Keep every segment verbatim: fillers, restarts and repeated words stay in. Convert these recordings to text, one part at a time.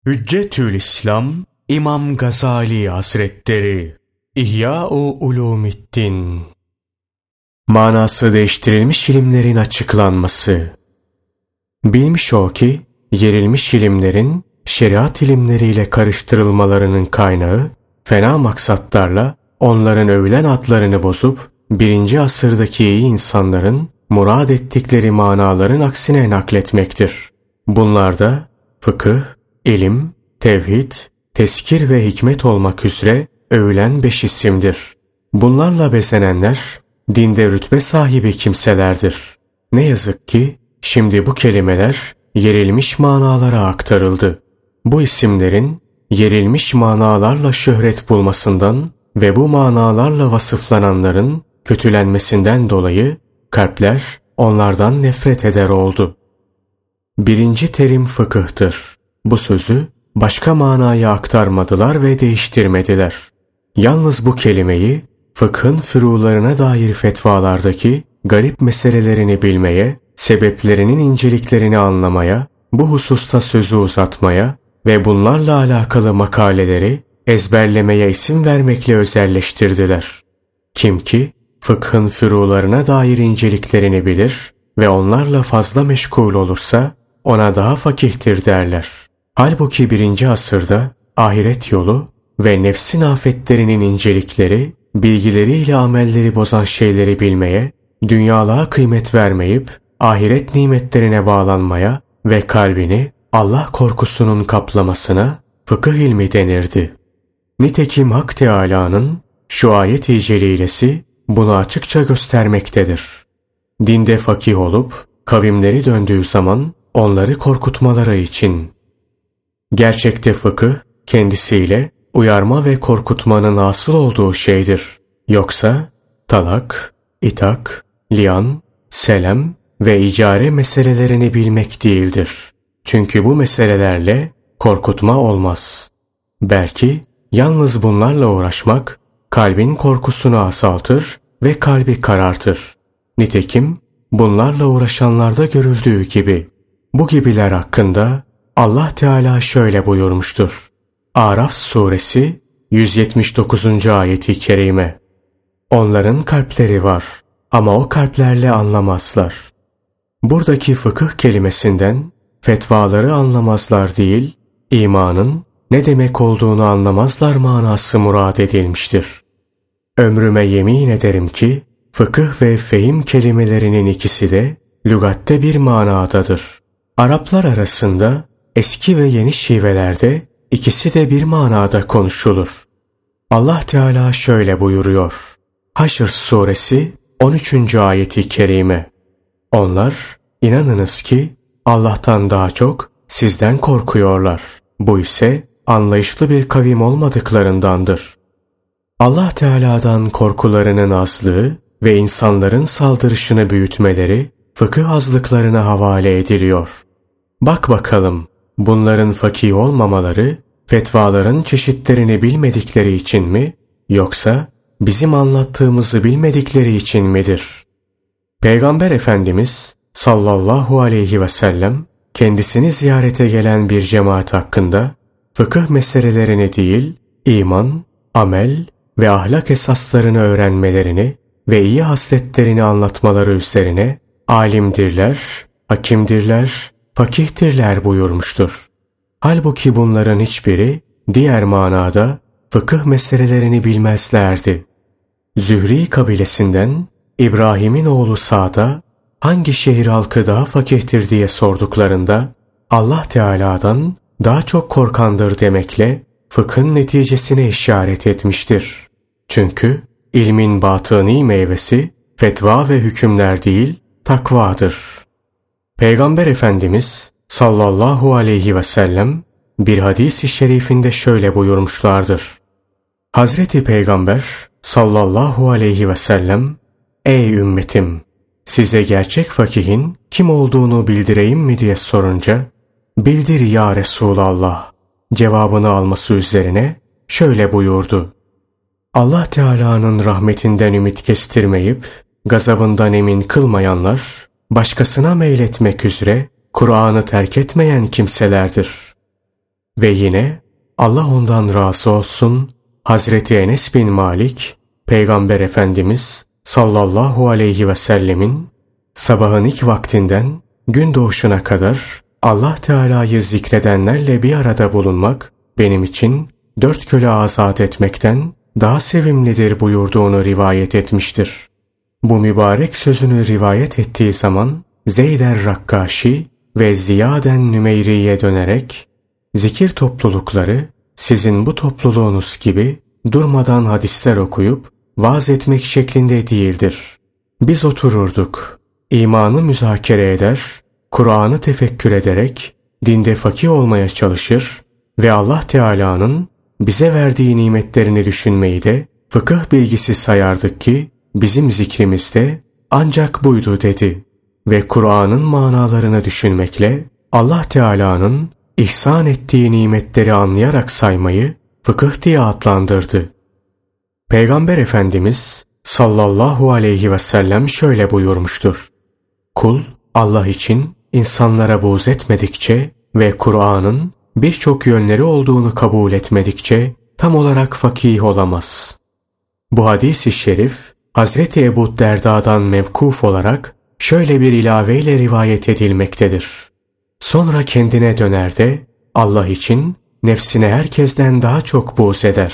Hüccetül İslam İmam Gazali Hazretleri İhya-u Ulumiddin. Manası değiştirilmiş ilimlerin açıklanması. Bilmiş o ki, yerilmiş ilimlerin şeriat ilimleriyle karıştırılmalarının kaynağı, fena maksatlarla onların övülen adlarını bozup, birinci asırdaki iyi insanların murad ettikleri manaların aksine nakletmektir. Bunlarda fıkıh, İlim, tevhid, tezkir ve hikmet olmak üzere övülen beş isimdir. Bunlarla bezenenler, dinde rütbe sahibi kimselerdir. Ne yazık ki, şimdi bu kelimeler yerilmiş manalara aktarıldı. Bu isimlerin yerilmiş manalarla şöhret bulmasından ve bu manalarla vasıflananların kötülenmesinden dolayı kalpler onlardan nefret eder oldu. Birinci terim fıkıhtır. Bu sözü başka manaya aktarmadılar ve değiştirmediler. Yalnız bu kelimeyi fıkhın fürularına dair fetvalardaki garip meselelerini bilmeye, sebeplerinin inceliklerini anlamaya, bu hususta sözü uzatmaya ve bunlarla alakalı makaleleri ezberlemeye isim vermekle özelleştirdiler. Kim ki fıkhın fürularına dair inceliklerini bilir ve onlarla fazla meşgul olursa ona daha fakihtir derler. Halbuki birinci asırda ahiret yolu ve nefsin afetlerinin incelikleri, bilgileriyle amelleri bozan şeyleri bilmeye, dünyalığa kıymet vermeyip ahiret nimetlerine bağlanmaya ve kalbini Allah korkusunun kaplamasına fıkıh ilmi denirdi. Nitekim Hak Teâlâ'nın şu ayet-i celilesi bunu açıkça göstermektedir. Dinde fakih olup kavimleri döndüğü zaman onları korkutmaları için. Gerçekte fıkıh kendisiyle uyarma ve korkutmanın asıl olduğu şeydir. Yoksa talak, itak, liyan, selem ve icare meselelerini bilmek değildir. Çünkü bu meselelerle korkutma olmaz. Belki yalnız bunlarla uğraşmak kalbin korkusunu asaltır ve kalbi karartır. Nitekim bunlarla uğraşanlarda görüldüğü gibi bu gibiler hakkında Allah Teala şöyle buyurmuştur. Araf suresi yüz yetmiş dokuzuncu ayeti kerime. Onların kalpleri var ama o kalplerle anlamazlar. Buradaki fıkıh kelimesinden fetvaları anlamazlar değil, imanın ne demek olduğunu anlamazlar manası murad edilmiştir. Ömrüme yemin ederim ki fıkıh ve fehim kelimelerinin ikisi de lügatte bir manadadır. Araplar arasında eski ve yeni şivelerde ikisi de bir manada konuşulur. Allah Teala şöyle buyuruyor. Haşr suresi on üçüncü ayeti kerime. Onlar inanınız ki Allah'tan daha çok sizden korkuyorlar. Bu ise anlayışlı bir kavim olmadıklarındandır. Allah Teala'dan korkularının azlığı ve insanların saldırışını büyütmeleri fıkıh azlıklarına havale ediliyor. Bak bakalım, bunların fakih olmamaları fetvaların çeşitlerini bilmedikleri için mi, yoksa bizim anlattığımızı bilmedikleri için midir? Peygamber Efendimiz sallallahu aleyhi ve sellem kendisini ziyarete gelen bir cemaat hakkında fıkıh meselelerini değil, iman, amel ve ahlak esaslarını öğrenmelerini ve iyi hasletlerini anlatmaları üzerine alimdirler, hakimdirler, fakihtirler buyurmuştur. Halbuki bunların hiçbiri diğer manada fıkıh meselelerini bilmezlerdi. Zühri kabilesinden İbrahim'in oğlu Sa'da hangi şehir halkı daha fakihtir diye sorduklarında Allah Teala'dan daha çok korkandır demekle fıkhın neticesine işaret etmiştir. Çünkü ilmin batıni meyvesi fetva ve hükümler değil takvadır. Peygamber Efendimiz sallallahu aleyhi ve sellem bir hadis-i şerifinde şöyle buyurmuşlardır. Hazreti Peygamber sallallahu aleyhi ve sellem, ey ümmetim, size gerçek fakihin kim olduğunu bildireyim mi diye sorunca, bildir ya Resulallah cevabını alması üzerine şöyle buyurdu. Allah Teala'nın rahmetinden ümit kestirmeyip gazabından emin kılmayanlar, başkasına meyletmek üzere Kur'an'ı terk etmeyen kimselerdir. Ve yine Allah ondan razı olsun, Hazreti Enes bin Malik, Peygamber Efendimiz sallallahu aleyhi ve sellemin sabahın ilk vaktinden gün doğuşuna kadar Allah Teala'yı zikredenlerle bir arada bulunmak benim için dört köle azat etmekten daha sevimlidir buyurduğunu rivayet etmiştir. Bu mübarek sözünü rivayet ettiği zaman Zeyd Rakkaşi ve Ziyaden Nümeyri'ye dönerek zikir toplulukları sizin bu topluluğunuz gibi durmadan hadisler okuyup vaaz etmek şeklinde değildir. Biz otururduk, imanı müzakere eder, Kur'an'ı tefekkür ederek dinde fakih olmaya çalışır ve Allah Teala'nın bize verdiği nimetlerini düşünmeyi de fıkıh bilgisi sayardık ki bizim zikrimizde ancak buydu dedi ve Kur'an'ın manalarını düşünmekle Allah Teala'nın ihsan ettiği nimetleri anlayarak saymayı fıkıh diye adlandırdı. Peygamber Efendimiz sallallahu aleyhi ve sellem şöyle buyurmuştur: Kul Allah için insanlara buğz etmedikçe ve Kur'an'ın birçok yönleri olduğunu kabul etmedikçe tam olarak fakih olamaz. Bu hadis-i şerif Hazreti Ebu Derda'dan mevkuf olarak şöyle bir ilaveyle rivayet edilmektedir. Sonra kendine döner de Allah için nefsine herkesten daha çok buğz eder.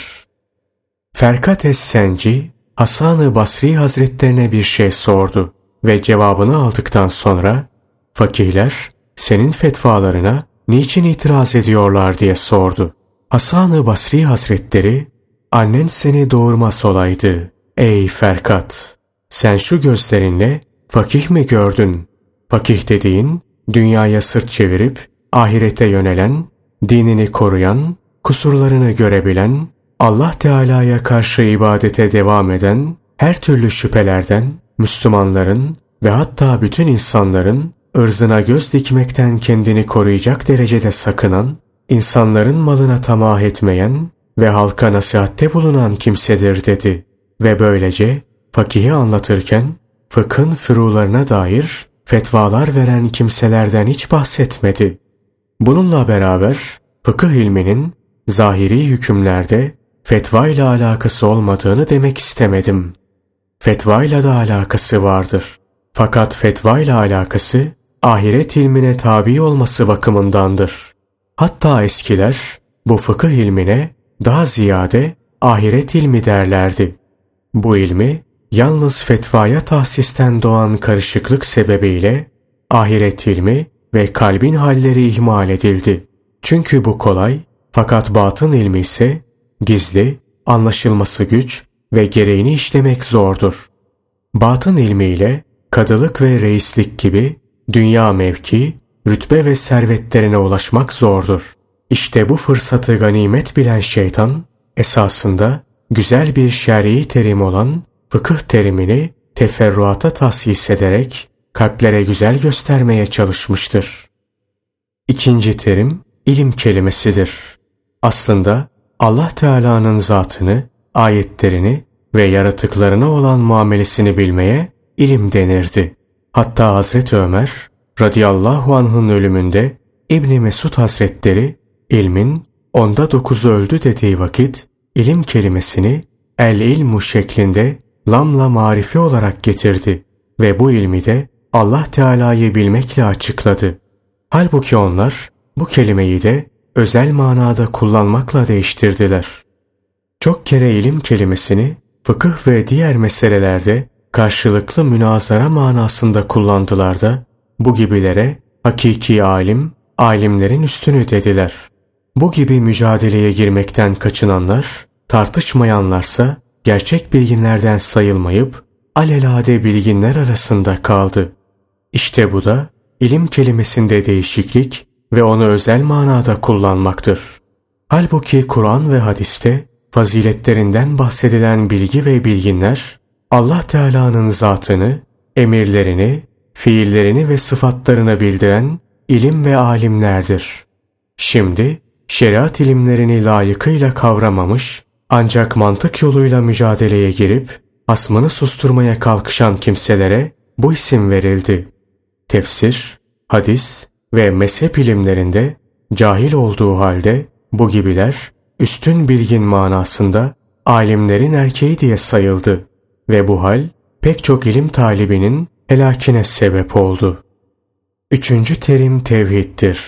Ferkat Es-Senci Hasan-ı Basri Hazretlerine bir şey sordu ve cevabını aldıktan sonra fakihler senin fetvalarına niçin itiraz ediyorlar diye sordu. Hasan-ı Basri Hazretleri annen seni doğurmaz olaydı ey Ferkat. Sen şu gözlerinle fakih mi gördün? Fakih dediğin dünyaya sırt çevirip ahirete yönelen, dinini koruyan, kusurlarını görebilen, Allah Teala'ya karşı ibadete devam eden, her türlü şüphelerden Müslümanların ve hatta bütün insanların ırzına göz dikmekten kendini koruyacak derecede sakınan, insanların malına tamah etmeyen ve halka nasihatte bulunan kimsedir dedi. Ve böylece fakihi anlatırken fıkhın fürularına dair fetvalar veren kimselerden hiç bahsetmedi. Bununla beraber fıkıh ilminin zahiri hükümlerde fetva ile alakası olmadığını demek istemedim. Fetva ile de alakası vardır. Fakat fetva ile alakası ahiret ilmine tabi olması bakımındandır. Hatta eskiler bu fıkıh ilmine daha ziyade ahiret ilmi derlerdi. Bu ilmi yalnız fetvaya tahsisten doğan karışıklık sebebiyle ahiret ilmi ve kalbin halleri ihmal edildi. Çünkü bu kolay, fakat batın ilmi ise gizli, anlaşılması güç ve gereğini işlemek zordur. Batın ilmiyle kadılık ve reislik gibi dünya mevki, rütbe ve servetlerine ulaşmak zordur. İşte bu fırsatı ganimet bilen şeytan, esasında güzel bir şer'i terim olan fıkıh terimini teferruata tahsis ederek kalplere güzel göstermeye çalışmıştır. İkinci terim, ilim kelimesidir. Aslında Allah Teala'nın zatını, ayetlerini ve yaratıklarına olan muamelesini bilmeye ilim denirdi. Hatta Hazreti Ömer radıyallahu anh'ın ölümünde İbn Mesud Hazretleri ilmin onda dokuzu öldü dediği vakit ilim kelimesini el ilmu şeklinde lamla marifi olarak getirdi ve bu ilmi de Allah Teala'yı bilmekle açıkladı. Halbuki onlar bu kelimeyi de özel manada kullanmakla değiştirdiler. Çok kere ilim kelimesini fıkıh ve diğer meselelerde karşılıklı münazara manasında kullandılar da bu gibilere hakiki alim, alimlerin üstünü dediler. Bu gibi mücadeleye girmekten kaçınanlar, tartışmayanlarsa gerçek bilginlerden sayılmayıp alelade bilginler arasında kaldı. İşte bu da ilim kelimesinde değişiklik ve onu özel manada kullanmaktır. Halbuki Kur'an ve hadiste faziletlerinden bahsedilen bilgi ve bilginler Allah Teala'nın zatını, emirlerini, fiillerini ve sıfatlarını bildiren ilim ve alimlerdir. Şimdi şeriat ilimlerini layıkıyla kavramamış ancak mantık yoluyla mücadeleye girip hasmını susturmaya kalkışan kimselere bu isim verildi. Tefsir, hadis ve mezhep ilimlerinde cahil olduğu halde bu gibiler üstün bilgin manasında alimlerin erkeği diye sayıldı ve bu hal pek çok ilim talibinin helakine sebep oldu. Üçüncü terim tevhiddir.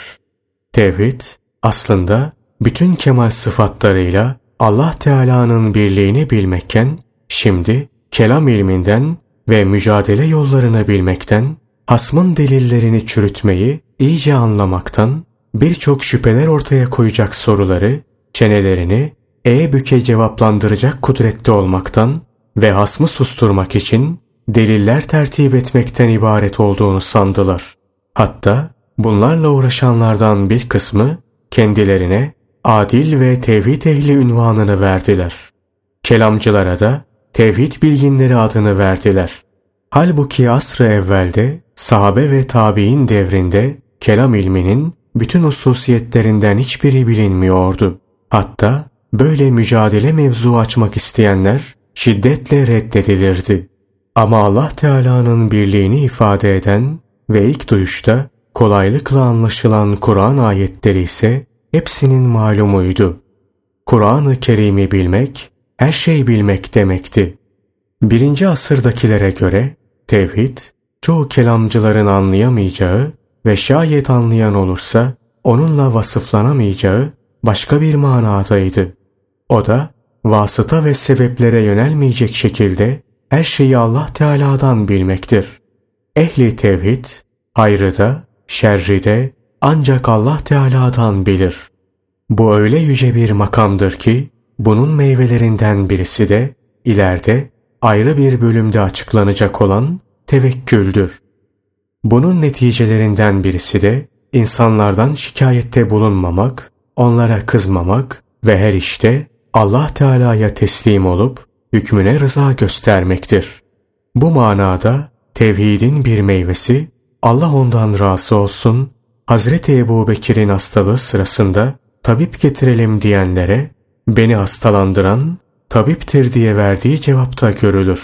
Tevhid aslında bütün kemal sıfatlarıyla Allah Teala'nın birliğini bilmekken, şimdi kelam ilminden ve mücadele yollarını bilmekten, hasmın delillerini çürütmeyi iyice anlamaktan, birçok şüpheler ortaya koyacak soruları, çenelerini e büke cevaplandıracak kudretli olmaktan ve hasmı susturmak için deliller tertip etmekten ibaret olduğunu sandılar. Hatta bunlarla uğraşanlardan bir kısmı kendilerine adil ve tevhid ehli ünvanını verdiler. Kelamcılara da tevhid bilginleri adını verdiler. Halbuki asr-ı evvelde sahabe ve tabi'in devrinde kelam ilminin bütün hususiyetlerinden hiçbiri bilinmiyordu. Hatta böyle mücadele mevzu açmak isteyenler şiddetle reddedilirdi. Ama Allah Teala'nın birliğini ifade eden ve ilk duyuşta kolaylıkla anlaşılan Kur'an ayetleri ise hepsinin malumuydu. Kur'an-ı Kerim'i bilmek, her şeyi bilmek demekti. Birinci asırdakilere göre tevhid, çoğu kelamcıların anlayamayacağı ve şayet anlayan olursa onunla vasıflanamayacağı başka bir manadaydı. O da vasıta ve sebeplere yönelmeyecek şekilde her şeyi Allah Teala'dan bilmektir. Ehli tevhid, hayrı da, şerri de ancak Allah Teala'dan bilir. Bu öyle yüce bir makamdır ki, bunun meyvelerinden birisi de ileride ayrı bir bölümde açıklanacak olan tevekküldür. Bunun neticelerinden birisi de insanlardan şikayette bulunmamak, onlara kızmamak ve her işte Allah Teala'ya teslim olup hükmüne rıza göstermektir. Bu manada tevhidin bir meyvesi, Allah ondan razı olsun, Hazreti Ebubekir'in hastalığı sırasında tabip getirelim diyenlere beni hastalandıran tabiptir diye verdiği cevapta görülür.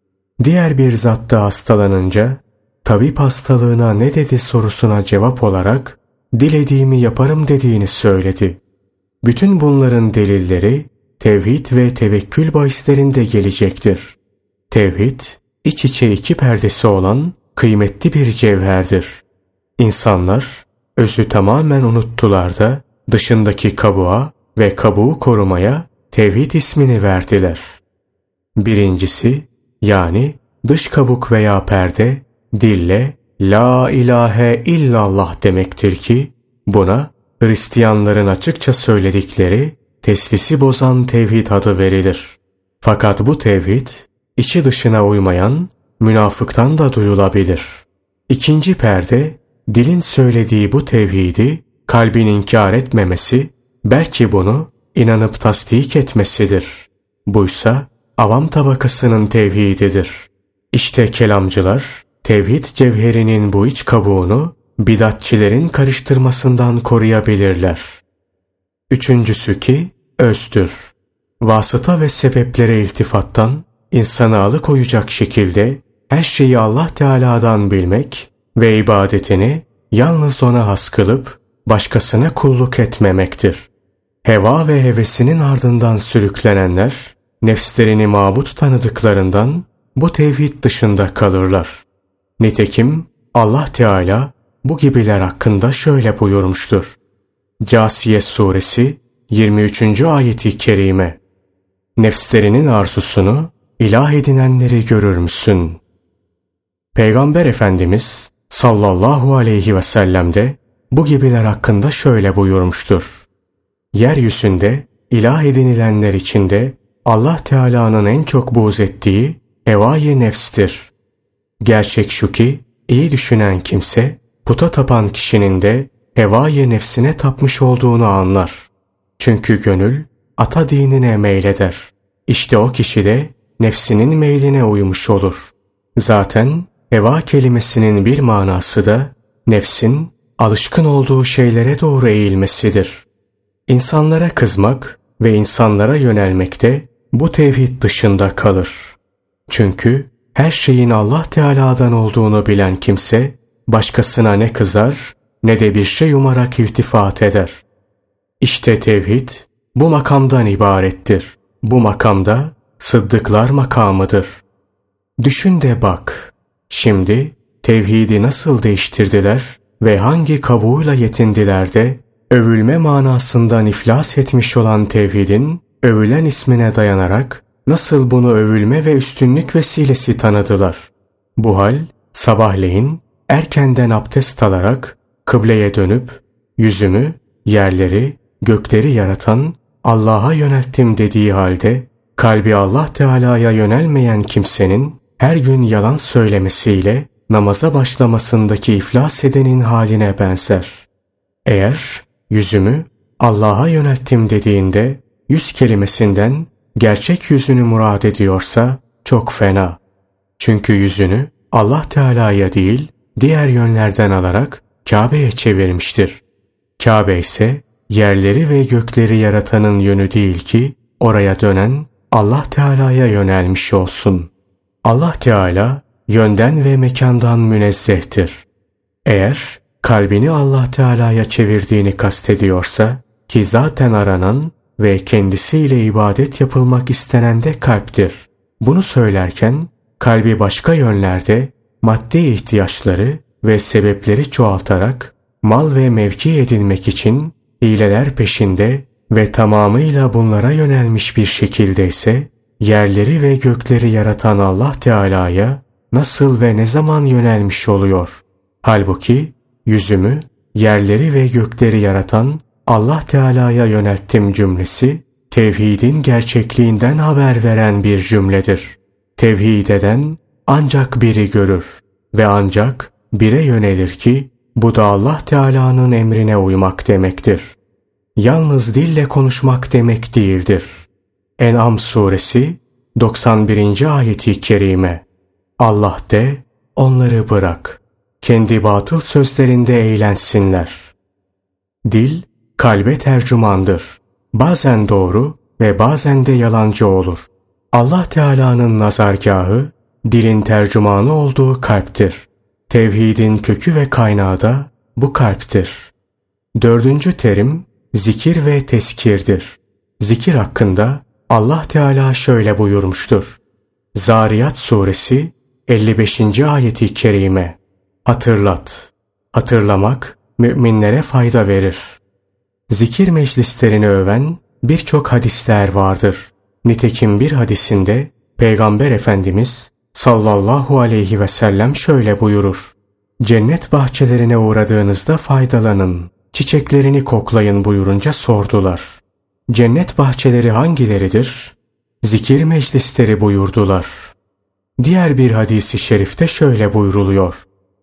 Diğer bir zat da hastalanınca tabip hastalığına ne dedi sorusuna cevap olarak dilediğimi yaparım dediğini söyledi. Bütün bunların delilleri tevhid ve tevekkül bahislerinde gelecektir. Tevhid, iç içe iki perdesi olan kıymetli bir cevherdir. İnsanlar özü tamamen unuttular da dışındaki kabuğa ve kabuğu korumaya tevhid ismini verdiler. Birincisi, yani dış kabuk veya perde dille la ilahe illallah demektir ki buna Hristiyanların açıkça söyledikleri teslisi bozan tevhid adı verilir. Fakat bu tevhid içi dışına uymayan münafıktan da duyulabilir. İkinci perde, dilin söylediği bu tevhidi kalbin inkar etmemesi, belki bunu inanıp tasdik etmesidir. Buysa avam tabakasının tevhididir. İşte kelamcılar tevhid cevherinin bu iç kabuğunu bidatçilerin karıştırmasından koruyabilirler. Üçüncüsü ki özdür. Vasıta ve sebeplere iltifattan insanı alıkoyacak şekilde her şeyi Allah Teala'dan bilmek ve ibadetini yalnız ona has kılıp başkasına kulluk etmemektir. Heva ve hevesinin ardından sürüklenenler nefslerini mabut tanıdıklarından bu tevhid dışında kalırlar. Nitekim Allah Teala bu gibiler hakkında şöyle buyurmuştur. Câsiye suresi yirmi üçüncü ayeti kerime. Nefslerinin arzusunu ilah edinenleri görür müsün? Peygamber Efendimiz sallallahu aleyhi ve sellem de bu gibiler hakkında şöyle buyurmuştur. Yeryüzünde ilah edinilenler içinde Allah Teala'nın en çok buğz ettiği hevâ-i nefstir. Gerçek şu ki iyi düşünen kimse puta tapan kişinin de hevâ-i nefsine tapmış olduğunu anlar. Çünkü gönül ata dinine meyleder. İşte o kişi de nefsinin meyline uymuş olur. Zaten heva kelimesinin bir manası da nefsin alışkın olduğu şeylere doğru eğilmesidir. İnsanlara kızmak ve insanlara yönelmek de bu tevhid dışında kalır. Çünkü her şeyin Allah Teala'dan olduğunu bilen kimse başkasına ne kızar ne de bir şey umarak iltifat eder. İşte tevhid bu makamdan ibarettir. Bu makamda sıddıklar makamıdır. Düşün de bak, şimdi tevhidi nasıl değiştirdiler ve hangi kabuğuyla yetindiler de övülme manasından iflas etmiş olan tevhidin övülen ismine dayanarak nasıl bunu övülme ve üstünlük vesilesi tanıdılar. Bu hal sabahleyin erkenden abdest alarak kıbleye dönüp yüzümü yerleri, gökleri yaratan Allah'a yönelttim dediği halde kalbi Allah Teala'ya yönelmeyen kimsenin her gün yalan söylemesiyle namaza başlamasındaki iflas edenin haline benzer. Eğer yüzümü Allah'a yönelttim dediğinde yüz kelimesinden gerçek yüzünü murad ediyorsa çok fena. Çünkü yüzünü Allah Teala'ya değil diğer yönlerden alarak Kabe'ye çevirmiştir. Kabe ise yerleri ve gökleri yaratanın yönü değil ki oraya dönen Allah Teala'ya yönelmiş olsun. Allah Teala yönden ve mekandan münezzehtir. Eğer kalbini Allah Teala'ya çevirdiğini kastediyorsa ki zaten aranan ve kendisiyle ibadet yapılmak istenen de kalptir. Bunu söylerken kalbi başka yönlerde maddi ihtiyaçları ve sebepleri çoğaltarak mal ve mevki edinmek için hileler peşinde ve tamamıyla bunlara yönelmiş bir şekilde ise yerleri ve gökleri yaratan Allah Teala'ya nasıl ve ne zaman yönelmiş oluyor? Halbuki yüzümü yerleri ve gökleri yaratan Allah Teala'ya yönelttim cümlesi tevhidin gerçekliğinden haber veren bir cümledir. Tevhid eden ancak biri görür ve ancak bire yönelir ki bu da Allah Teala'nın emrine uymak demektir. Yalnız dille konuşmak demek değildir. En'am suresi doksan birinci ayeti kerime. Allah de, onları bırak. Kendi batıl sözlerinde eğlensinler. Dil, kalbe tercümandır. Bazen doğru ve bazen de yalancı olur. Allah Teala'nın nazargahı, dilin tercümanı olduğu kalptir. Tevhidin kökü ve kaynağı da bu kalptir. Dördüncü terim, zikir ve teskirdir. Zikir hakkında Allah Teala şöyle buyurmuştur. Zariyat suresi elli beşinci ayeti kerime. Hatırlat. Hatırlamak müminlere fayda verir. Zikir meclislerini öven birçok hadisler vardır. Nitekim bir hadisinde Peygamber Efendimiz sallallahu aleyhi ve sellem şöyle buyurur. Cennet bahçelerine uğradığınızda faydalanın, çiçeklerini koklayın buyurunca sordular. Cennet bahçeleri hangileridir? Zikir meclisleri buyurdular. Diğer bir hadisi şerifte şöyle buyruluyor.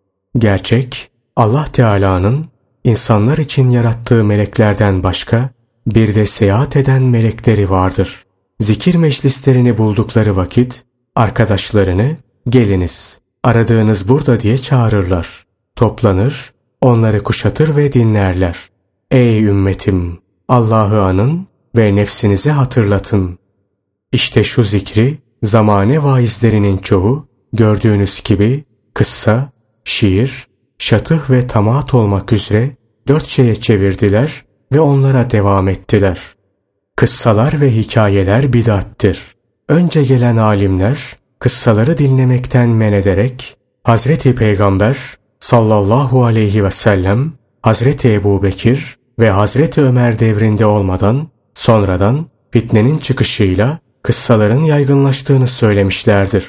Gerçek, Allah Teala'nın insanlar için yarattığı meleklerden başka bir de seyahat eden melekleri vardır. Zikir meclislerini buldukları vakit arkadaşlarını geliniz, aradığınız burada diye çağırırlar. Toplanır, onları kuşatır ve dinlerler. Ey ümmetim! Allah'ı anın ve nefsinizi hatırlatın. İşte şu zikri zamane vaizlerinin çoğu gördüğünüz gibi kıssa, şiir, şatıh ve tamaat olmak üzere dört şeye çevirdiler ve onlara devam ettiler. Kıssalar ve hikayeler bid'attir. Önce gelen alimler kıssaları dinlemekten men ederek Hazreti Peygamber sallallahu aleyhi ve sellem, Hazreti Ebubekir ve Hazreti Ömer devrinde olmadan sonradan fitnenin çıkışıyla kıssaların yaygınlaştığını söylemişlerdir.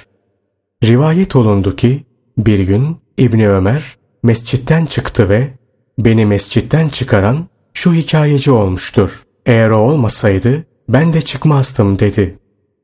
Rivayet olundu ki bir gün İbni Ömer mescitten çıktı ve beni mescitten çıkaran şu hikayeci olmuştur. Eğer o olmasaydı ben de çıkmazdım dedi.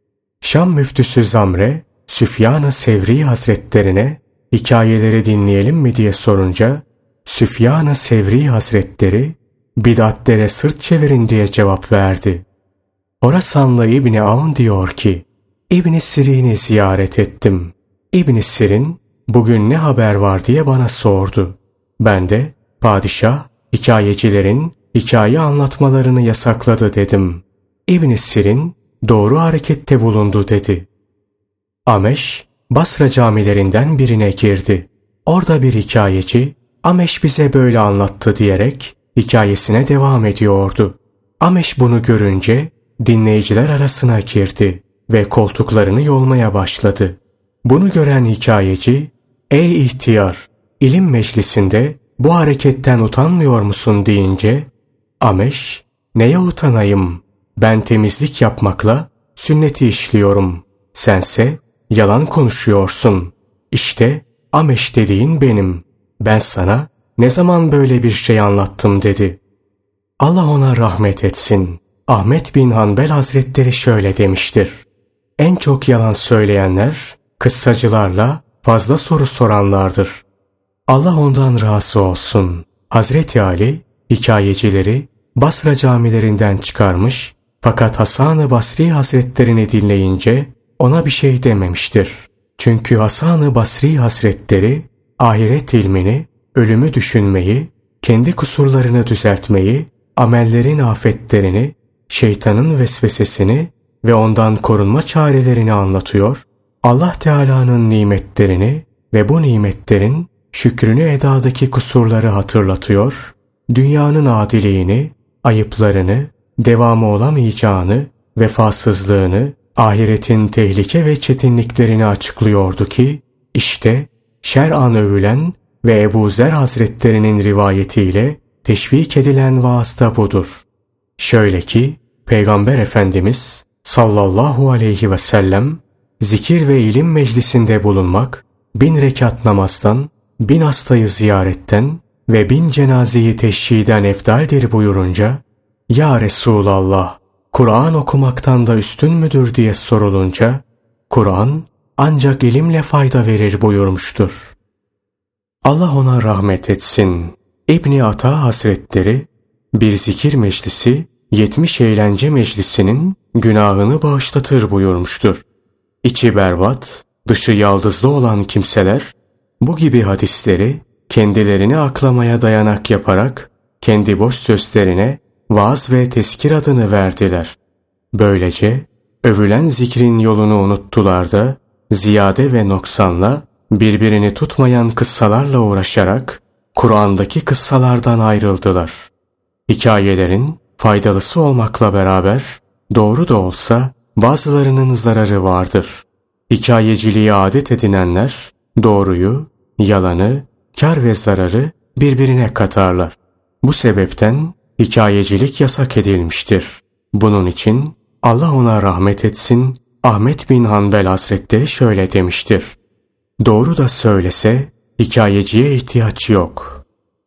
Şam müftüsü Zamre, Süfyan-ı Sevri Hazretlerine hikayeleri dinleyelim mi diye sorunca Süfyan-ı Sevri Hazretleri bid'atlere sırt çevirin diye cevap verdi. Horasanlı İbni Avn diyor ki İbn-i Sirin'i ziyaret ettim. İbn-i Sirin bugün ne haber var diye bana sordu. Ben de padişah hikayecilerin hikaye anlatmalarını yasakladı dedim. İbn-i Sirin doğru harekette bulundu dedi. Ameş Basra camilerinden birine girdi. Orada bir hikayeci Ameş bize böyle anlattı diyerek hikayesine devam ediyordu. Ameş bunu görünce dinleyiciler arasına girdi ve koltuklarını yolmaya başladı. Bunu gören hikayeci, ''Ey ihtiyar, ilim meclisinde bu hareketten utanmıyor musun?'' deyince, Ameş, ''Neye utanayım? Ben temizlik yapmakla sünneti işliyorum. Sense yalan konuşuyorsun. İşte Ameş dediğin benim. Ben sana ne zaman böyle bir şey anlattım?'' dedi. Allah ona rahmet etsin. Ahmet bin Hanbel Hazretleri şöyle demiştir: En çok yalan söyleyenler, kıssacılarla fazla soru soranlardır. Allah ondan razı olsun. Hazreti Ali, hikayecileri Basra camilerinden çıkarmış, fakat Hasan-ı Basri Hazretlerini dinleyince ona bir şey dememiştir. Çünkü Hasan-ı Basri Hazretleri, ahiret ilmini, ölümü düşünmeyi, kendi kusurlarını düzeltmeyi, amellerin afetlerini, şeytanın vesvesesini ve ondan korunma çarelerini anlatıyor, Allah Teala'nın nimetlerini ve bu nimetlerin şükrünü edadaki kusurları hatırlatıyor, dünyanın adiliğini, ayıplarını, devamı olamayacağını, vefasızlığını, ahiretin tehlike ve çetinliklerini açıklıyordu ki, işte şer'an övülen ve Ebu Zer Hazretlerinin rivayetiyle teşvik edilen vaaz da budur. Şöyle ki, Peygamber Efendimiz sallallahu aleyhi ve sellem, zikir ve ilim meclisinde bulunmak, bin rekat namazdan, bin hastayı ziyaretten ve bin cenazeyi teşhiden efdaldir buyurunca, Ya Resulallah, Kur'an okumaktan da üstün müdür diye sorulunca, Kur'an ancak ilimle fayda verir buyurmuştur. Allah ona rahmet etsin. İbn Ata Hazretleri, bir zikir meclisi, yetmiş eğlence meclisinin günahını bağışlatır buyurmuştur. İçi berbat, dışı yaldızlı olan kimseler, bu gibi hadisleri kendilerini aklamaya dayanak yaparak, kendi boş sözlerine vaaz ve tezkir adını verdiler. Böylece, övülen zikrin yolunu unuttular da, ziyade ve noksanla, birbirini tutmayan kıssalarla uğraşarak, Kur'an'daki kıssalardan ayrıldılar. Hikayelerin faydalısı olmakla beraber, doğru da olsa bazılarının zararı vardır. Hikayeciliği adet edinenler, doğruyu, yalanı, kar ve zararı birbirine katarlar. Bu sebepten hikayecilik yasak edilmiştir. Bunun için Allah ona rahmet etsin, Ahmet bin Hanbel Hazretleri şöyle demiştir: Doğru da söylese hikayeciye ihtiyaç yok.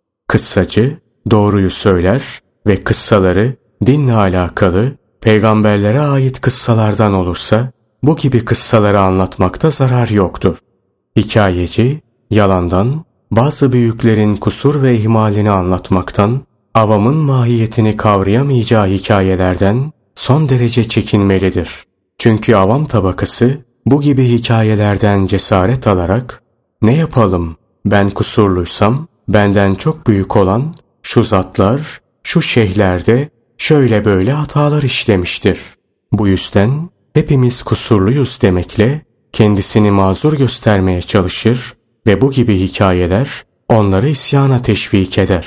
Kıssacı doğruyu söyler ve kıssaları dinle alakalı, peygamberlere ait kıssalardan olursa bu gibi kıssaları anlatmakta zarar yoktur. Hikayeci yalandan, bazı büyüklerin kusur ve ihmalini anlatmaktan, avamın mahiyetini kavrayamayacağı hikayelerden son derece çekinmelidir. Çünkü avam tabakası bu gibi hikayelerden cesaret alarak, ne yapalım, ben kusurluysam benden çok büyük olan şu zatlar, şu şeyhlerde şöyle böyle hatalar işlemiştir. Bu yüzden hepimiz kusurluyuz demekle kendisini mazur göstermeye çalışır ve bu gibi hikayeler onları isyana teşvik eder.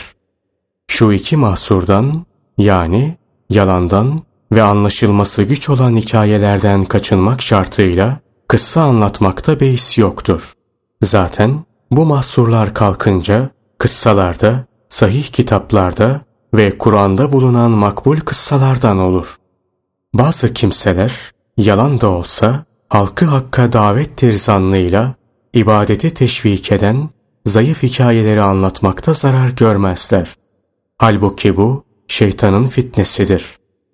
Şu iki mahsurdan, yani yalandan ve anlaşılması güç olan hikayelerden kaçınmak şartıyla kıssa anlatmakta beis yoktur. Zaten bu mahsurlar kalkınca kıssalarda, sahih kitaplarda ve Kur'an'da bulunan makbul kıssalardan olur. Bazı kimseler yalan da olsa halkı hakka davettir zannıyla ibadeti teşvik eden zayıf hikayeleri anlatmakta zarar görmezler. Halbuki bu şeytanın fitnesidir.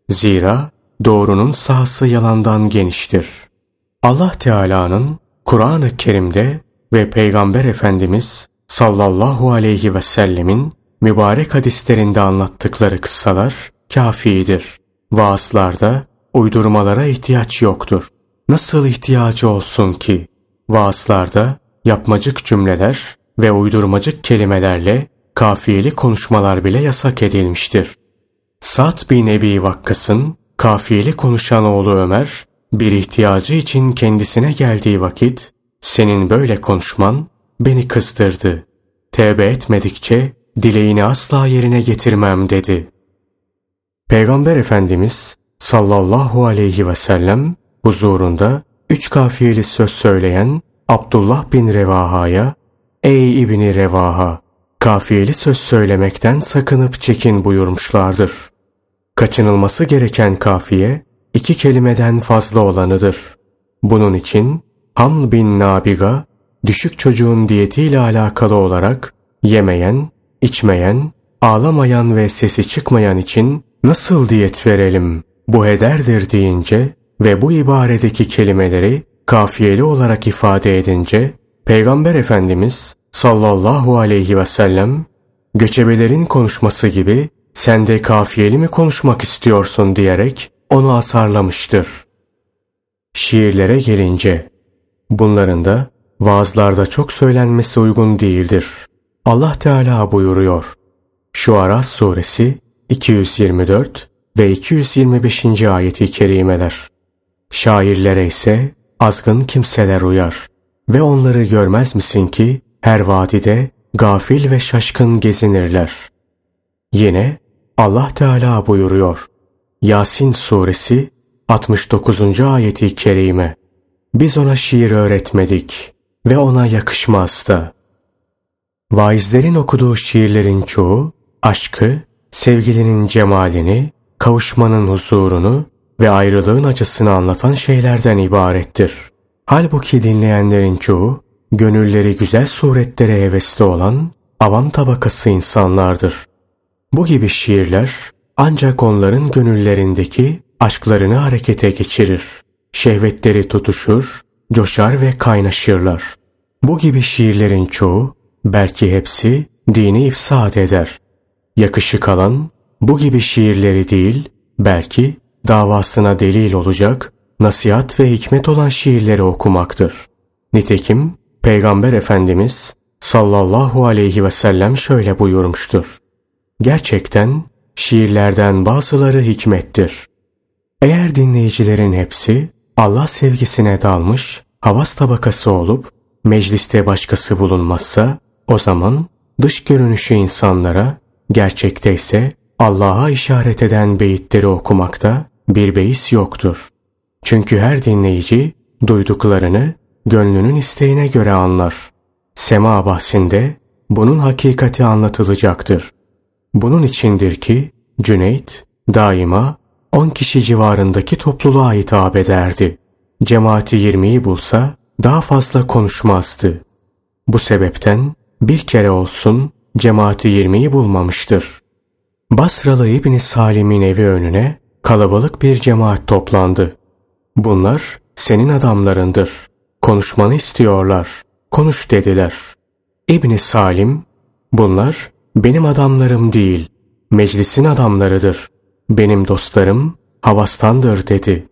Zira doğrunun sahası yalandan geniştir. Allah Teala'nın Kur'an-ı Kerim'de ve Peygamber Efendimiz sallallahu aleyhi ve sellemin mübarek hadislerinde anlattıkları kıssalar kâfidir. Vaazlarda uydurmalara ihtiyaç yoktur. Nasıl ihtiyacı olsun ki? Vaazlarda yapmacık cümleler ve uydurmacık kelimelerle kafiyeli konuşmalar bile yasak edilmiştir. Sa'd bin Ebi Vakkas'ın kafiyeli konuşan oğlu Ömer, bir ihtiyacı için kendisine geldiği vakit, senin böyle konuşman beni kızdırdı. tevbe etmedikçe dileğini asla yerine getirmem dedi. Peygamber Efendimiz sallallahu aleyhi ve sellem huzurunda üç kafiyeli söz söyleyen Abdullah bin Revaha'ya, "Ey İbni Revaha, kafiyeli söz söylemekten sakınıp çekin" buyurmuşlardır. Kaçınılması gereken kafiye iki kelimeden fazla olanıdır. Bunun için Haml bin Nabiga, düşük çocuğun diyetiyle alakalı olarak yemeyen, içmeyen, ağlamayan ve sesi çıkmayan için nasıl diyet verelim, bu ederdir deyince ve bu ibaredeki kelimeleri kafiyeli olarak ifade edince Peygamber Efendimiz sallallahu aleyhi ve sellem göçebelerin konuşması gibi sen de kafiyeli mi konuşmak istiyorsun diyerek onu asarlamıştır. Şiirlere gelince bunların da vaazlarda çok söylenmesi uygun değildir. Allah Teala buyuruyor. Şuara suresi iki yüz yirmi dört ve iki yüz yirmi beşinci ayeti kerimeler. Şairlere ise azgın kimseler uyar ve onları görmez misin ki her vadide gafil ve şaşkın gezinirler. Yine Allah Teala buyuruyor. Yasin suresi altmış dokuzuncu ayeti kerime. Biz ona şiir öğretmedik ve ona yakışmaz da. Vaizlerin okuduğu şiirlerin çoğu aşkı, sevgilinin cemalini, kavuşmanın huzurunu ve ayrılığın acısını anlatan şeylerden ibarettir. Halbuki dinleyenlerin çoğu gönülleri güzel suretlere hevesli olan avam tabakası insanlardır. Bu gibi şiirler ancak onların gönüllerindeki aşklarını harekete geçirir. Şehvetleri tutuşur, coşar ve kaynaşırlar. Bu gibi şiirlerin çoğu, belki hepsi dini ifsad eder. Yakışık alan bu gibi şiirleri değil, belki davasına delil olacak, nasihat ve hikmet olan şiirleri okumaktır. Nitekim Peygamber Efendimiz sallallahu aleyhi ve sellem şöyle buyurmuştur. Gerçekten şiirlerden bazıları hikmettir. Eğer dinleyicilerin hepsi Allah sevgisine dalmış, havas tabakası olup mecliste başkası bulunmazsa, o zaman dış görünüşü insanlara, gerçekte ise Allah'a işaret eden beyitleri okumakta bir beis yoktur. Çünkü her dinleyici duyduklarını gönlünün isteğine göre anlar. Sema bahsinde bunun hakikati anlatılacaktır. Bunun içindir ki Cüneyt daima on kişi civarındaki topluluğa hitap ederdi. Cemaati yirmiyi bulsa daha fazla konuşmazdı. Bu sebepten bir kere olsun cemaati yirmiyi bulmamıştır. Basralı İbn Salim'in evi önüne kalabalık bir cemaat toplandı. Bunlar senin adamlarındır. Konuşmanı istiyorlar. Konuş dediler. İbn Salim, bunlar benim adamlarım değil, meclisin adamlarıdır. Benim dostlarım havastandır dedi.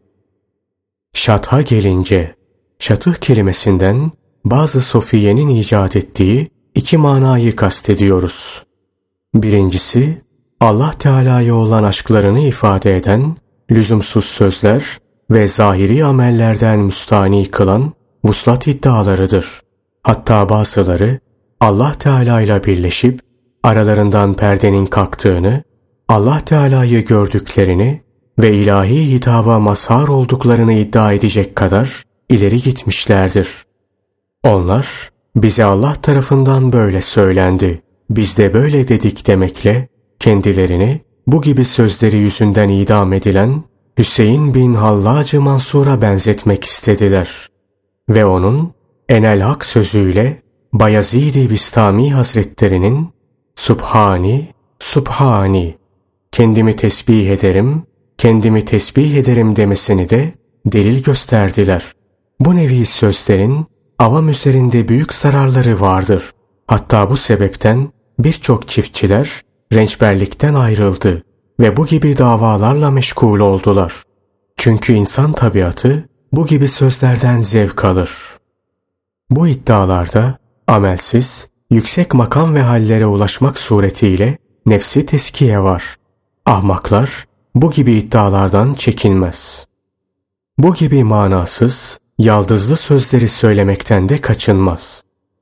Şatha gelince, şatıh kelimesinden bazı sofiyenin icat ettiği iki manayı kastediyoruz. Birincisi, Allah Teala'ya olan aşklarını ifade eden lüzumsuz sözler ve zahiri amellerden müstani kılan vuslat iddialarıdır. Hatta bazıları Allah Teala ile birleşip aralarından perdenin kalktığını, Allah Teala'yı gördüklerini ve ilahi hitaba mazhar olduklarını iddia edecek kadar ileri gitmişlerdir. Onlar, bize Allah tarafından böyle söylendi, biz de böyle dedik demekle, kendilerini bu gibi sözleri yüzünden idam edilen Hüseyin bin Hallacı Mansur'a benzetmek istediler. Ve onun Enel Hak sözüyle Bayezid-i Bistami Hazretlerinin Subhani, Subhani, kendimi tesbih ederim, kendimi tesbih ederim demesini de delil gösterdiler. Bu nevi sözlerin avam üzerinde büyük zararları vardır. Hatta bu sebepten birçok çiftçiler rençberlikten ayrıldı ve bu gibi davalarla meşgul oldular. Çünkü insan tabiatı bu gibi sözlerden zevk alır. Bu iddialarda amelsiz, yüksek makam ve hallere ulaşmak suretiyle nefsi teskiye var. Ahmaklar bu gibi iddialardan çekinmez. Bu gibi manasız, yaldızlı sözleri söylemekten de kaçınmaz.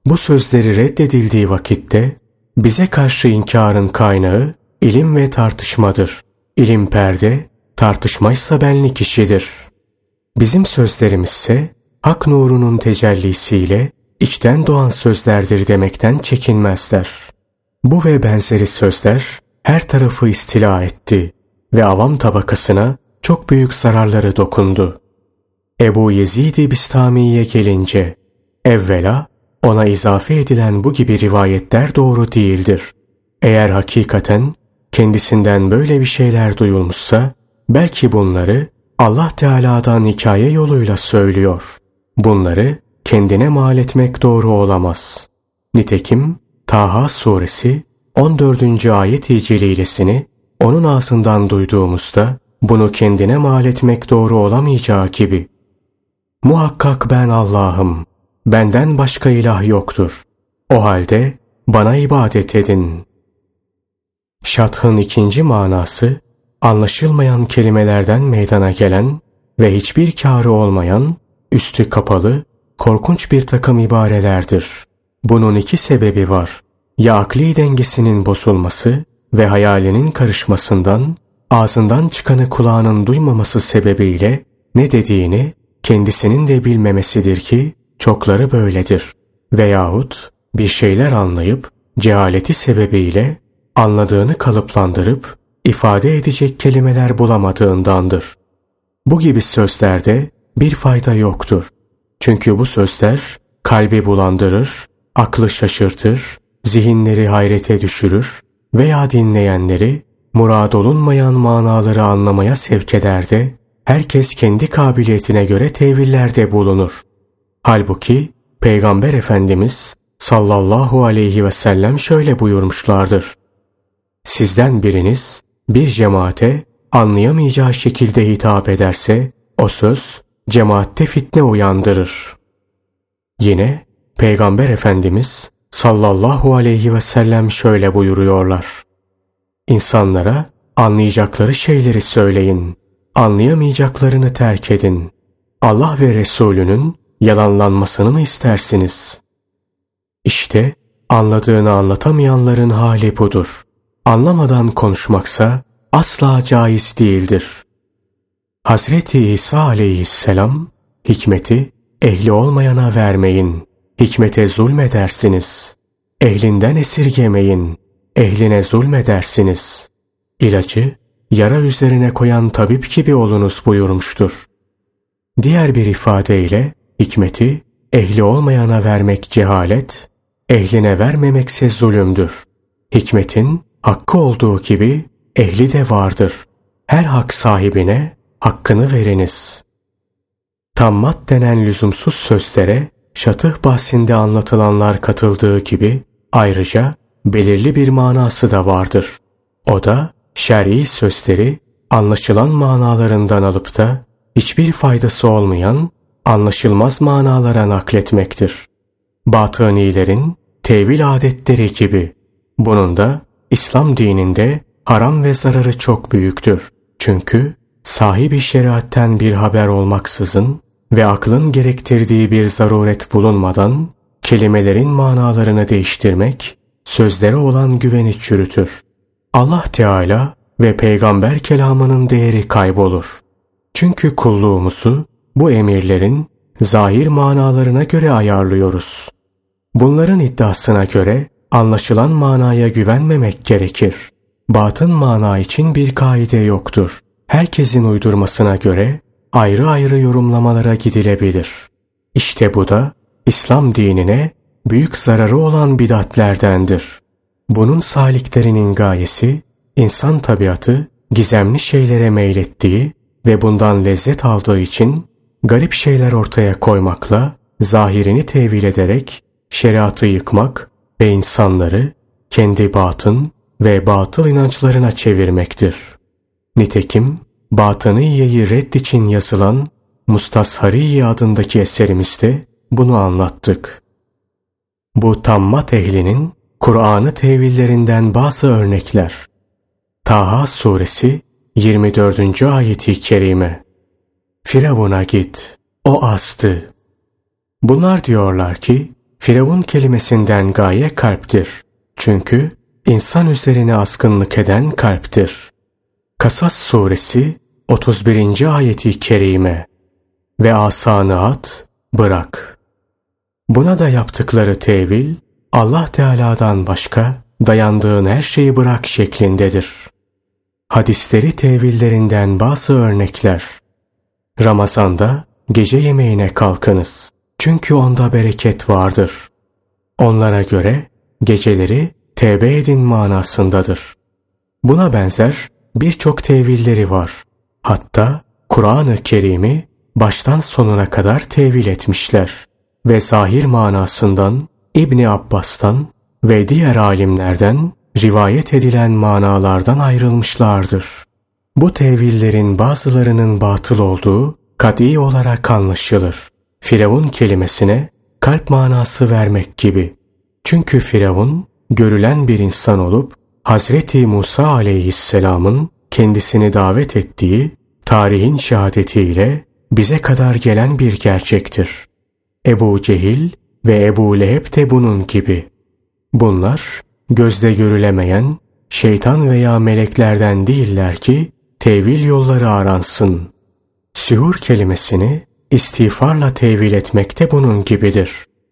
Bu sözleri reddedildiği vakitte bize karşı inkarın kaynağı ilim ve tartışmadır. İlim perde, tartışmaysa benlik işidir. Bizim sözlerimizse hak nurunun tecellisiyle içten doğan sözlerdir demekten çekinmezler. Bu ve benzeri sözler her tarafı istila etti ve avam tabakasına çok büyük zararları dokundu. Ebu Yezid-i Bistami'ye gelince, evvela ona izafe edilen bu gibi rivayetler doğru değildir. Eğer hakikaten kendisinden böyle bir şeyler duyulmuşsa, belki bunları Allah Teala'dan hikaye yoluyla söylüyor. Bunları kendine mal etmek doğru olamaz. Nitekim Taha suresi on dördüncü ayet-i celilesini onun ağzından duyduğumuzda bunu kendine mal etmek doğru olamayacağı gibi, muhakkak ben Allah'ım, benden başka ilah yoktur. O halde bana ibadet edin. Şathın ikinci manası, anlaşılmayan kelimelerden meydana gelen ve hiçbir kârı olmayan, üstü kapalı, korkunç bir takım ibarelerdir. Bunun iki sebebi var. Ya akli dengesinin bozulması ve hayalinin karışmasından, ağzından çıkanı kulağının duymaması sebebiyle ne dediğini kendisinin de bilmemesidir ki çokları böyledir. Veyahut bir şeyler anlayıp cehaleti sebebiyle anladığını kalıplandırıp ifade edecek kelimeler bulamadığındandır. Bu gibi sözlerde bir fayda yoktur. Çünkü bu sözler kalbi bulandırır, aklı şaşırtır, zihinleri hayrete düşürür veya dinleyenleri murad olunmayan manaları anlamaya sevk eder de herkes kendi kabiliyetine göre tevillerde bulunur. Halbuki Peygamber Efendimiz sallallahu aleyhi ve sellem şöyle buyurmuşlardır. Sizden biriniz bir cemaate anlayamayacağı şekilde hitap ederse o söz cemaatte fitne uyandırır. Yine Peygamber Efendimiz sallallahu aleyhi ve sellem şöyle buyuruyorlar. İnsanlara anlayacakları şeyleri söyleyin, anlayamayacaklarını terk edin. Allah ve Resulünün yalanlanmasını mı istersiniz? İşte anladığını anlatamayanların hali budur. Anlamadan konuşmaksa asla caiz değildir. Hazreti İsa aleyhisselam, hikmeti ehli olmayana vermeyin, hikmete zulmedersiniz. Ehlinden esirgemeyin, ehline zulmedersiniz. İlacı yara üzerine koyan tabip gibi olunuz buyurmuştur. Diğer bir ifadeyle hikmeti ehli olmayana vermek cehalet, ehline vermemekse zulümdür. Hikmetin hakkı olduğu gibi ehli de vardır. Her hak sahibine hakkını veriniz. Tammat denen lüzumsuz sözlere şatıh bahsinde anlatılanlar katıldığı gibi ayrıca belirli bir manası da vardır. O da şer'i sözleri anlaşılan manalarından alıp da hiçbir faydası olmayan anlaşılmaz manalara nakletmektir. Batınilerin tevil adetleri gibi. Bunun da İslam dininde haram ve zararı çok büyüktür. Çünkü sahibi şeriatten bir haber olmaksızın ve aklın gerektirdiği bir zaruret bulunmadan kelimelerin manalarını değiştirmek sözlere olan güveni çürütür. Allah Teala ve peygamber kelamının değeri kaybolur. Çünkü kulluğumuzu bu emirlerin zahir manalarına göre ayarlıyoruz. Bunların iddiasına göre anlaşılan manaya güvenmemek gerekir. Batın mana için bir kaide yoktur. Herkesin uydurmasına göre ayrı ayrı yorumlamalara gidilebilir. İşte bu da İslam dinine büyük zararı olan bid'atlerdendir. Bunun saliklerinin gayesi insan tabiatı gizemli şeylere meylettiği ve bundan lezzet aldığı için garip şeyler ortaya koymakla zahirini tevil ederek şeriatı yıkmak ve insanları kendi batın ve batıl inançlarına çevirmektir. Nitekim Batıniye'yi red için yazılan Mustashariye adındaki eserimizde bunu anlattık. Bu tammat ehlinin Kur'an'ı tevillerinden bazı örnekler. Taha suresi yirmi dördüncü ayeti kerime. Firavun'a git, o azdı. Bunlar diyorlar ki Firavun kelimesinden gaye kalptir. Çünkü insan üzerine askınlık eden kalptir. Kasas suresi otuz birinci ayeti kerime. Ve asanı at, bırak. Buna da yaptıkları tevil, Allah Teala'dan başka dayandığın her şeyi bırak şeklindedir. Hadisleri tevillerinden bazı örnekler. Ramazanda gece yemeğine kalkınız. Çünkü onda bereket vardır. Onlara göre geceleri tevbe edin manasındadır. Buna benzer birçok tevilleri var. Hatta Kur'an-ı Kerim'i baştan sonuna kadar tevil etmişler. Ve zahir manasından İbni Abbas'tan ve diğer alimlerden rivayet edilen manalardan ayrılmışlardır. Bu tevillerin bazılarının batıl olduğu kat'i olarak anlaşılır. Firavun kelimesine kalp manası vermek gibi. Çünkü Firavun görülen bir insan olup Hazreti Musa aleyhisselamın kendisini davet ettiği tarihin şehadetiyle bize kadar gelen bir gerçektir. Ebu Cehil ve Ebu Leheb de bunun gibi. Bunlar gözde görülemeyen şeytan veya meleklerden değiller ki tevil yolları aransın. Sühur kelimesini istiğfarla tevil etmek de bunun gibidir.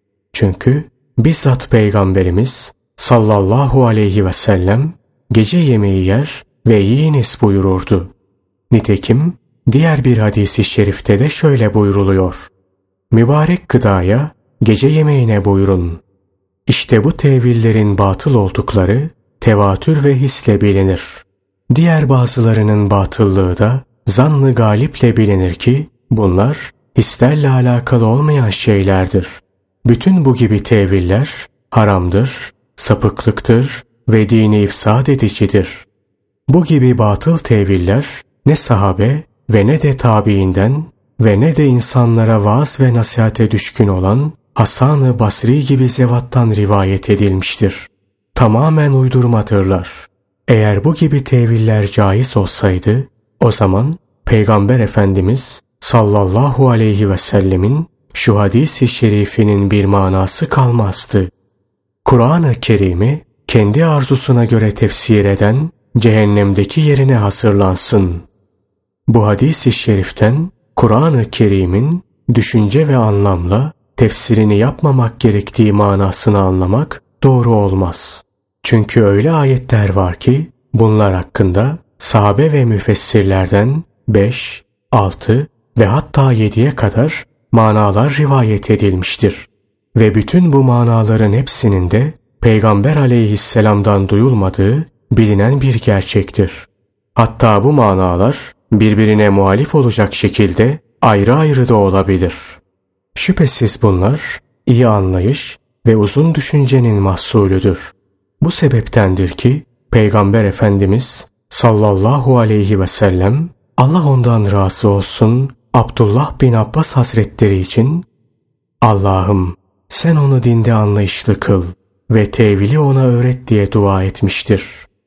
Çünkü bizzat Peygamberimiz sallallahu aleyhi ve sellem gece yemeği yer ve yiyiniz buyururdu. Nitekim diğer bir hadis-i şerifte de şöyle buyruluyor. Mübarek gıdaya gece yemeğine buyurun. İşte bu tevillerin batıl oldukları tevatür ve hisle bilinir. Diğer bazılarının batıllığı da zan-ı galiple bilinir ki bunlar hislerle alakalı olmayan şeylerdir. Bütün bu gibi teviller haramdır, sapıklıktır ve dini ifsad edicidir. Bu gibi batıl teviller ne sahabe ve ne de tabiinden ve ne de insanlara vaaz ve nasihate düşkün olan Hasan-ı Basri gibi zevattan rivayet edilmiştir. Tamamen uydurmadırlar. Eğer bu gibi teviller caiz olsaydı, o zaman Peygamber Efendimiz sallallahu aleyhi ve sellemin şu hadis-i şerifinin bir manası kalmazdı. Kur'an-ı Kerim'i kendi arzusuna göre tefsir eden cehennemdeki yerine hazırlansın. Bu hadis-i şeriften Kur'an-ı Kerim'in düşünce ve anlamla tefsirini yapmamak gerektiği manasını anlamak doğru olmaz. Çünkü öyle ayetler var ki bunlar hakkında sahabe ve müfessirlerden beş, altı ve hatta yediye kadar manalar rivayet edilmiştir. Ve bütün bu manaların hepsinin de Peygamber aleyhisselamdan duyulmadığı bilinen bir gerçektir. Hatta bu manalar birbirine muhalif olacak şekilde ayrı ayrı da olabilir. Şüphesiz bunlar iyi anlayış ve uzun düşüncenin mahsulüdür. Bu sebeptendir ki Peygamber Efendimiz sallallahu aleyhi ve sellem Allah ondan razı olsun Abdullah bin Abbas Hazretleri için Allah'ım sen onu dinde anlayışlı kıl ve tevili ona öğret diye dua etmiştir.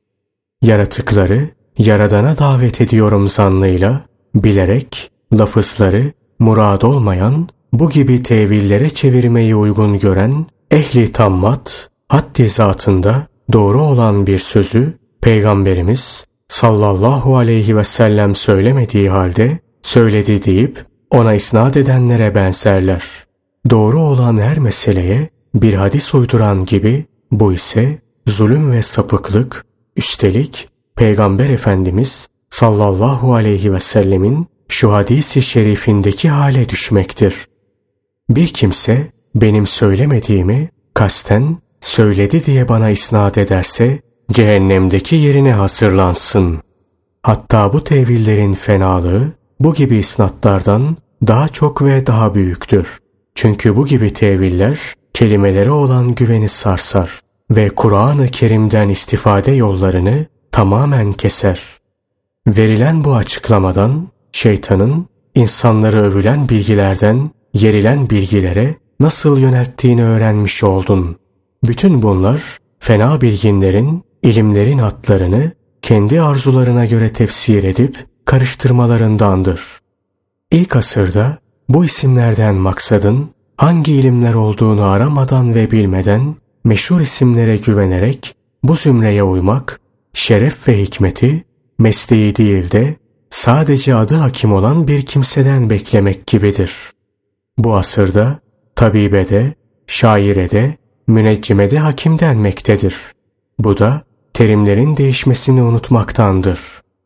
Yaratıkları Yaradan'a davet ediyorum zannıyla bilerek lafızları murad olmayan bu gibi tevillere çevirmeyi uygun gören ehli tammat haddi zatında doğru olan bir sözü Peygamberimiz sallallahu aleyhi ve sellem söylemediği halde söyledi deyip ona isnat edenlere benzerler. Doğru olan her meseleye bir hadis uyduran gibi bu ise zulüm ve sapıklık, üstelik Peygamber Efendimiz sallallahu aleyhi ve sellemin şu hadis-i şerifindeki hale düşmektir. Bir kimse benim söylemediğimi kasten söyledi diye bana isnat ederse cehennemdeki yerine hazırlansın. Hatta bu tevillerin fenalığı bu gibi isnatlardan daha çok ve daha büyüktür. Çünkü bu gibi teviller kelimelere olan güveni sarsar ve Kur'an-ı Kerim'den istifade yollarını tamamen keser. Verilen bu açıklamadan şeytanın insanları övülen bilgilerden yerilen bilgilere nasıl yönelttiğini öğrenmiş oldun. Bütün bunlar fena bilginlerin ilimlerin hatlarını kendi arzularına göre tefsir edip karıştırmalarındandır. İlk asırda bu isimlerden maksadın hangi ilimler olduğunu aramadan ve bilmeden meşhur isimlere güvenerek bu zümreye uymak, şeref ve hikmeti mesleği değil de sadece adı hakim olan bir kimseden beklemek gibidir. Bu asırda tabibede, şairede, müneccimede hakim denmektedir. Bu da terimlerin değişmesini unutmaktandır.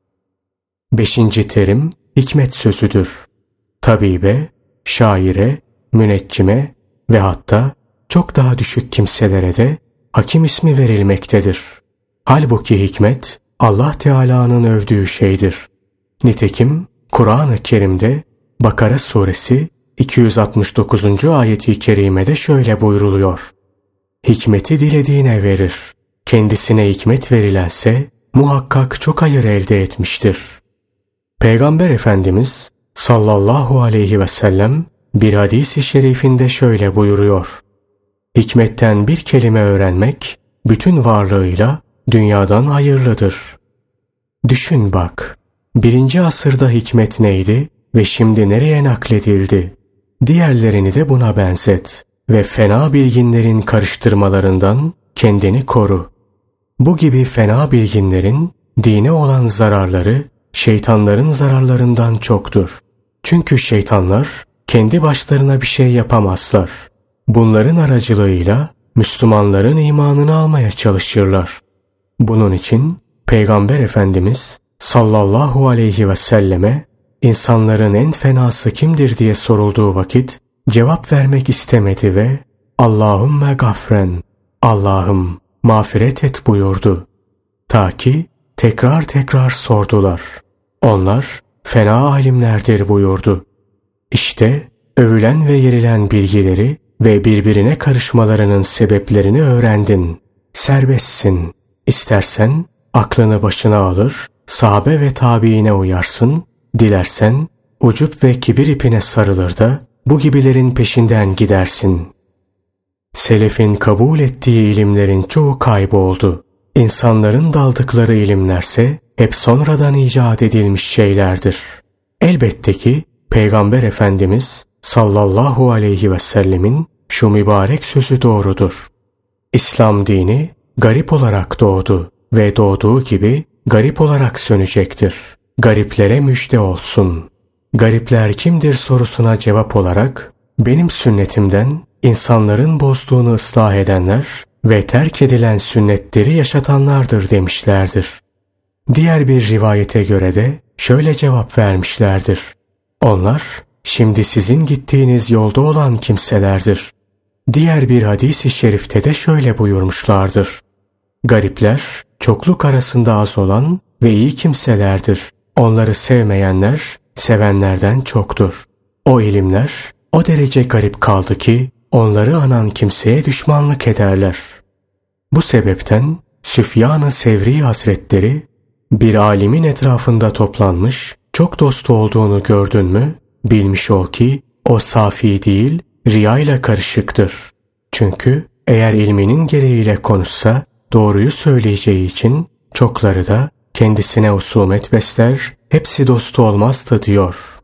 Beşinci terim hikmet sözüdür. Tabibe, şaire, müneccime ve hatta çok daha düşük kimselere de hakim ismi verilmektedir. Halbuki hikmet Allah Teala'nın övdüğü şeydir. Nitekim Kur'an-ı Kerim'de Bakara suresi iki yüz altmış dokuzuncu ayeti kerimede şöyle buyruluyor. Hikmeti dilediğine verir. Kendisine hikmet verilense muhakkak çok hayır elde etmiştir. Peygamber Efendimiz sallallahu aleyhi ve sellem bir hadis-i şerifinde şöyle buyuruyor. Hikmetten bir kelime öğrenmek bütün varlığıyla dünyadan hayırlıdır. Düşün bak, birinci asırda hikmet neydi ve şimdi nereye nakledildi? Diğerlerini de buna benzet ve fena bilginlerin karıştırmalarından kendini koru. Bu gibi fena bilginlerin dine olan zararları şeytanların zararlarından çoktur. Çünkü şeytanlar kendi başlarına bir şey yapamazlar. Bunların aracılığıyla Müslümanların imanını almaya çalışırlar. Bunun için Peygamber Efendimiz sallallahu aleyhi ve selleme insanların en fenası kimdir diye sorulduğu vakit cevap vermek istemedi ve Allahümme gafren, Allah'ım mağfiret et buyurdu. Ta ki tekrar tekrar sordular. Onlar fena alimlerdir buyurdu. İşte övülen ve yerilen bilgileri ve birbirine karışmalarının sebeplerini öğrendin. Serbestsin. İstersen aklını başına alır, sahabe ve tabiine uyarsın. Dilersen ucup ve kibir ipine sarılır da bu gibilerin peşinden gidersin. Selefin kabul ettiği ilimlerin çoğu kayboldu. İnsanların daldıkları ilimlerse hep sonradan icat edilmiş şeylerdir. Elbette ki Peygamber Efendimiz sallallahu aleyhi ve sellemin şu mübarek sözü doğrudur. İslam dini garip olarak doğdu ve doğduğu gibi garip olarak sönecektir. Gariplere müjde olsun. Garipler kimdir sorusuna cevap olarak benim sünnetimden insanların bozduğunu ıslah edenler ve terk edilen sünnetleri yaşatanlardır demişlerdir. Diğer bir rivayete göre de şöyle cevap vermişlerdir. Onlar şimdi sizin gittiğiniz yolda olan kimselerdir. Diğer bir hadis-i şerifte de şöyle buyurmuşlardır. Garipler çokluk arasında az olan ve iyi kimselerdir. Onları sevmeyenler sevenlerden çoktur. O ilimler o derece garip kaldı ki onları anan kimseye düşmanlık ederler. Bu sebepten Süfyan-ı Sevri Hazretleri bir alimin etrafında toplanmış çok dostu olduğunu gördün mü? Bilmiş ol ki o safi değil, riya ile karışıktır. Çünkü eğer ilminin gereğiyle konuşsa doğruyu söyleyeceği için çokları da kendisine husumet besler, hepsi dostu olmazdı diyor.